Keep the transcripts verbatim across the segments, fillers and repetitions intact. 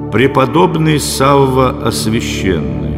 Преподобный Савва Освященный.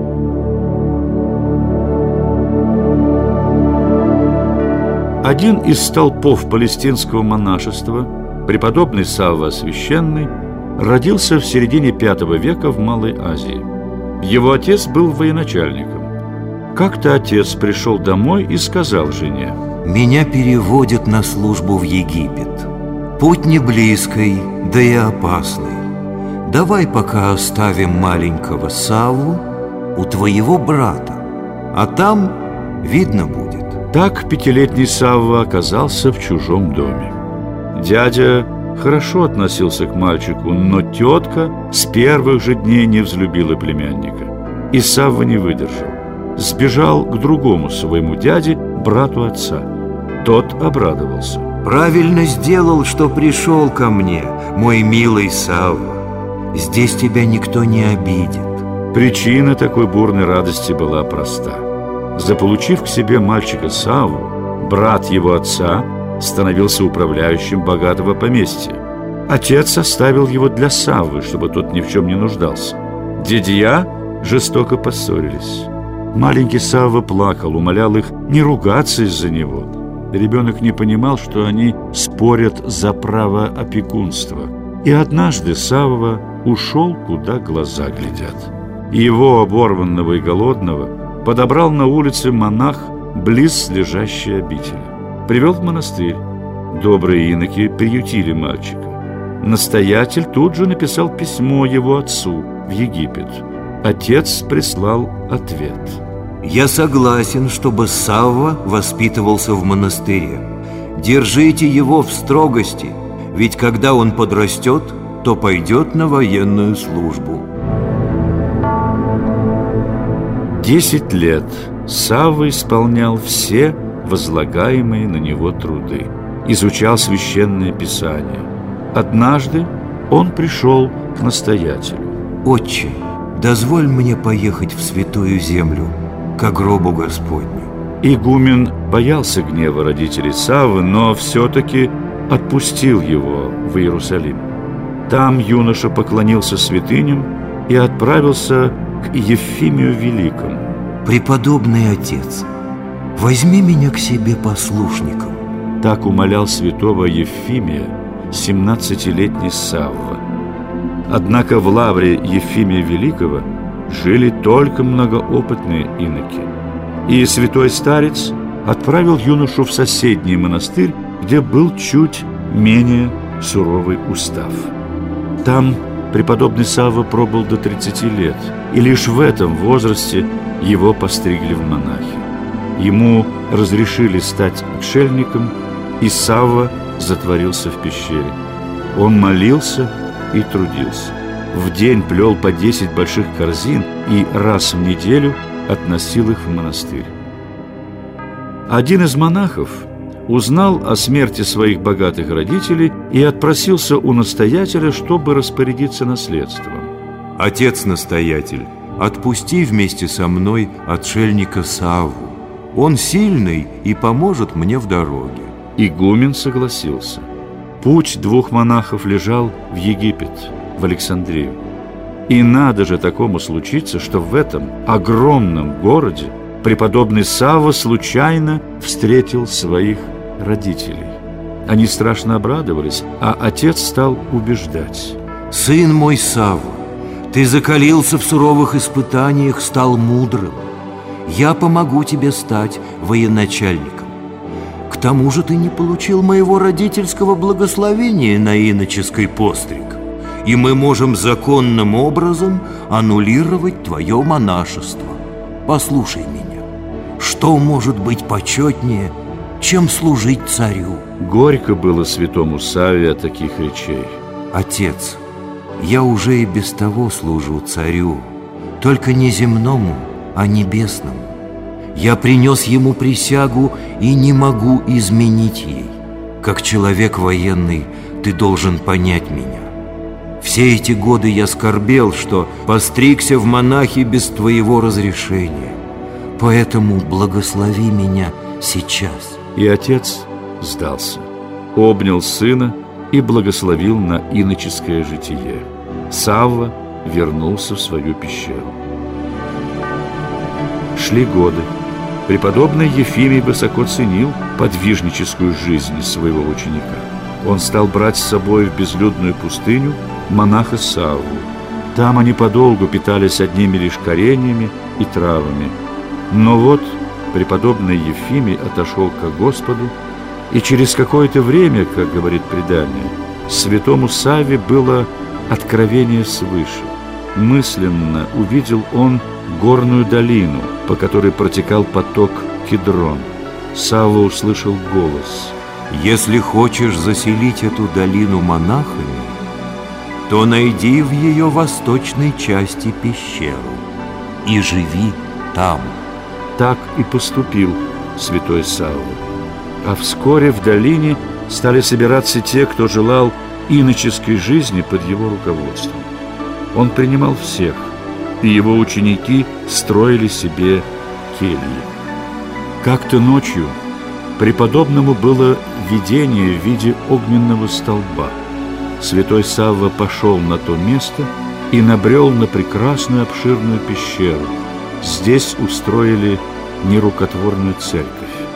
Один из столпов палестинского монашества, преподобный Савва Освященный, родился в середине пятого века в Малой Азии. Его отец был военачальником. Как-то отец пришел домой и сказал жене: «Меня переводят на службу в Египет. Путь не близкий, да и опасный. Давай пока оставим маленького Савву у твоего брата, а там видно будет». Так пятилетний Савва оказался в чужом доме. Дядя хорошо относился к мальчику, но тетка с первых же дней не взлюбила племянника. И Савва не выдержал. Сбежал к другому своему дяде, брату отца. Тот обрадовался. «Правильно сделал, что пришел ко мне, мой милый Савва. Здесь тебя никто не обидит». Причина такой бурной радости была проста. Заполучив к себе мальчика Савву, брат его отца становился управляющим богатого поместья. Отец оставил его для Саввы, чтобы тот ни в чем не нуждался. Дядья жестоко поссорились. Маленький Савва плакал, умолял их не ругаться из-за него. Ребенок не понимал, что они спорят за право опекунства. И однажды Савва ушел, куда глаза глядят. Его, оборванного и голодного, подобрал на улице монах близ лежащей обители. Привел в монастырь. Добрые иноки приютили мальчика. Настоятель тут же написал письмо его отцу в Египет. Отец прислал ответ: «Я согласен, чтобы Савва воспитывался в монастыре. Держите его в строгости, ведь когда он подрастет, то пойдет на военную службу». Десять лет Савва исполнял все возлагаемые на него труды, изучал священное писание. Однажды он пришел к настоятелю. «Отче, дозволь мне поехать в святую землю, ко гробу Господню». Игумен боялся гнева родителей Саввы, но все-таки отпустил его в Иерусалим. Там юноша поклонился святыням и отправился к Ефимию Великому. «Преподобный отец, возьми меня к себе послушником». Так умолял святого Ефимия семнадцатилетний Савва. Однако в лавре Ефимия Великого жили только многоопытные иноки. И святой старец отправил юношу в соседний монастырь, где был чуть менее суровый устав. Там преподобный Савва пробыл до тридцати лет, и лишь в этом возрасте его постригли в монахи. Ему разрешили стать отшельником, и Савва затворился в пещере. Он молился и трудился. В день плел по десять больших корзин и раз в неделю относил их в монастырь. Один из монахов узнал о смерти своих богатых родителей и отпросился у настоятеля, чтобы распорядиться наследством. «Отец-настоятель, отпусти вместе со мной отшельника Савву. Он сильный и поможет мне в дороге». Игумен согласился. Путь двух монахов лежал в Египет, в Александрию. И надо же такому случиться, что в этом огромном городе преподобный Савва случайно встретил своих родителей. Они страшно обрадовались, а отец стал убеждать: «Сын мой Савва, ты закалился в суровых испытаниях, стал мудрым. Я помогу тебе стать военачальником. К тому же ты не получил моего родительского благословения на иноческий постриг, и мы можем законным образом аннулировать твое монашество. Послушай меня, что может быть почетнее, чем служить царю?» Горько было святому Савве от таких речей. «Отец, я уже и без того служу царю, только не земному, а небесному. Я принес ему присягу и не могу изменить ей. Как человек военный, ты должен понять меня. Все эти годы я скорбел, что постригся в монахи без твоего разрешения. Поэтому благослови меня сейчас». И отец сдался, обнял сына и благословил на иноческое житие. Савва вернулся в свою пещеру. Шли годы. Преподобный Ефимий высоко ценил подвижническую жизнь своего ученика. Он стал брать с собой в безлюдную пустыню монаха Савву. Там они подолгу питались одними лишь кореньями и травами. Но вот преподобный Ефимий отошел ко Господу, и через какое-то время, как говорит предание, святому Савве было откровение свыше. Мысленно увидел он горную долину, по которой протекал поток Кедрон. Савва услышал голос: «Если хочешь заселить эту долину монахами, то найди в ее восточной части пещеру и живи там». Так и поступил святой Савва. А вскоре в долине стали собираться те, кто желал иноческой жизни под его руководством. Он принимал всех, и его ученики строили себе кельи. Как-то ночью преподобному было видение в виде огненного столба. Святой Савва пошел на то место и набрел на прекрасную обширную пещеру. Здесь устроили нерукотворную церковь.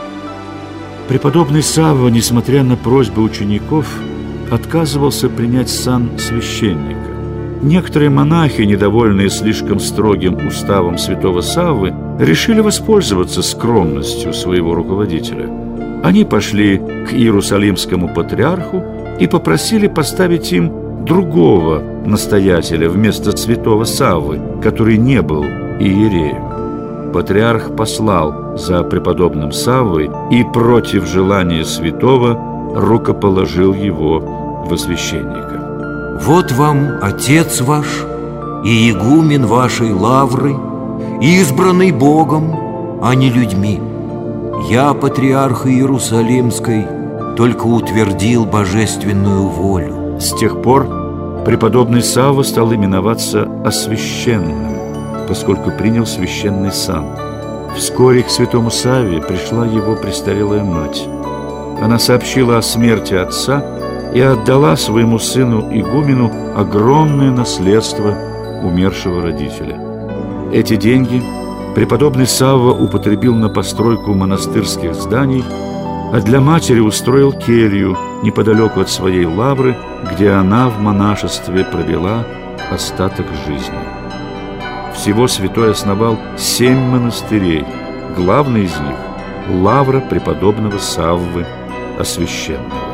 Преподобный Савва, несмотря на просьбы учеников, отказывался принять сан священника. Некоторые монахи, недовольные слишком строгим уставом святого Саввы, решили воспользоваться скромностью своего руководителя. Они пошли к иерусалимскому патриарху и попросили поставить им другого настоятеля вместо святого Саввы, который не был иереем. Патриарх послал за преподобным Саввой и против желания святого рукоположил его во священника. «Вот вам отец ваш и игумен вашей лавры, избранный Богом, а не людьми. Я, патриарх Иерусалимской, только утвердил божественную волю». С тех пор преподобный Савва стал именоваться освященным, поскольку принял священный сан. Вскоре к святому Савве пришла его престарелая мать. Она сообщила о смерти отца и отдала своему сыну игумену огромное наследство умершего родителя. Эти деньги преподобный Савва употребил на постройку монастырских зданий, а для матери устроил келью неподалеку от своей лавры, где она в монашестве провела остаток жизни. Всего святой основал семь монастырей. Главный из них – лавра преподобного Саввы Освященного.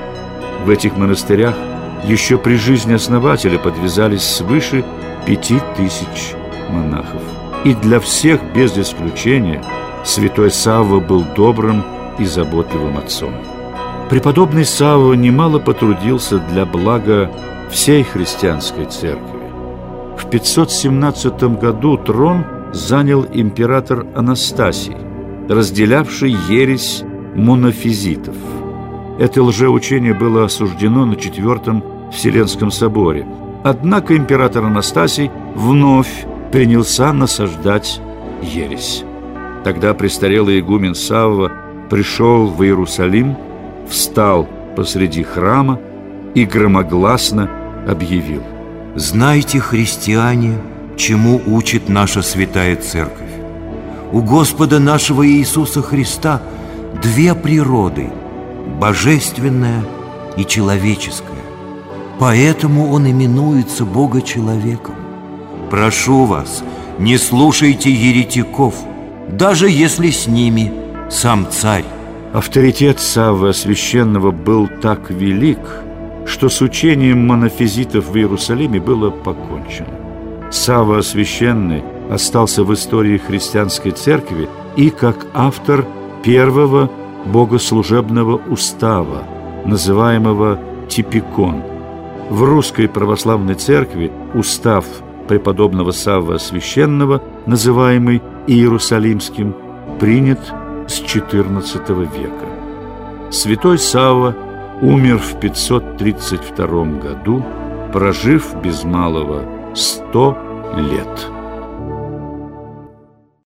В этих монастырях еще при жизни основателя подвязались свыше пяти тысяч монахов. И для всех, без исключения, святой Савва был добрым и заботливым отцом. Преподобный Савва немало потрудился для блага всей христианской церкви. В пятьсот семнадцатом году трон занял император Анастасий, разделявший ересь монофизитов. Это лжеучение было осуждено на Четвертом Вселенском соборе. Однако император Анастасий вновь принялся насаждать ересь. Тогда престарелый игумен Савва пришел в Иерусалим, встал посреди храма и громогласно объявил: «Знайте, христиане, чему учит наша святая церковь. У Господа нашего Иисуса Христа две природы – божественная и человеческая. Поэтому Он именуется Бога-человеком. Прошу вас, не слушайте еретиков, даже если с ними сам царь». Авторитет Саввы Освященного был так велик, что с учением монофизитов в Иерусалиме было покончено. Савва Освященный остался в истории христианской церкви и как автор первого богослужебного устава, называемого Типикон. В русской православной церкви устав преподобного Саввы Освященного, называемый Иерусалимским, принят с четырнадцатого века. Святой Савва умер в пятьсот тридцать втором году, прожив без малого сто лет.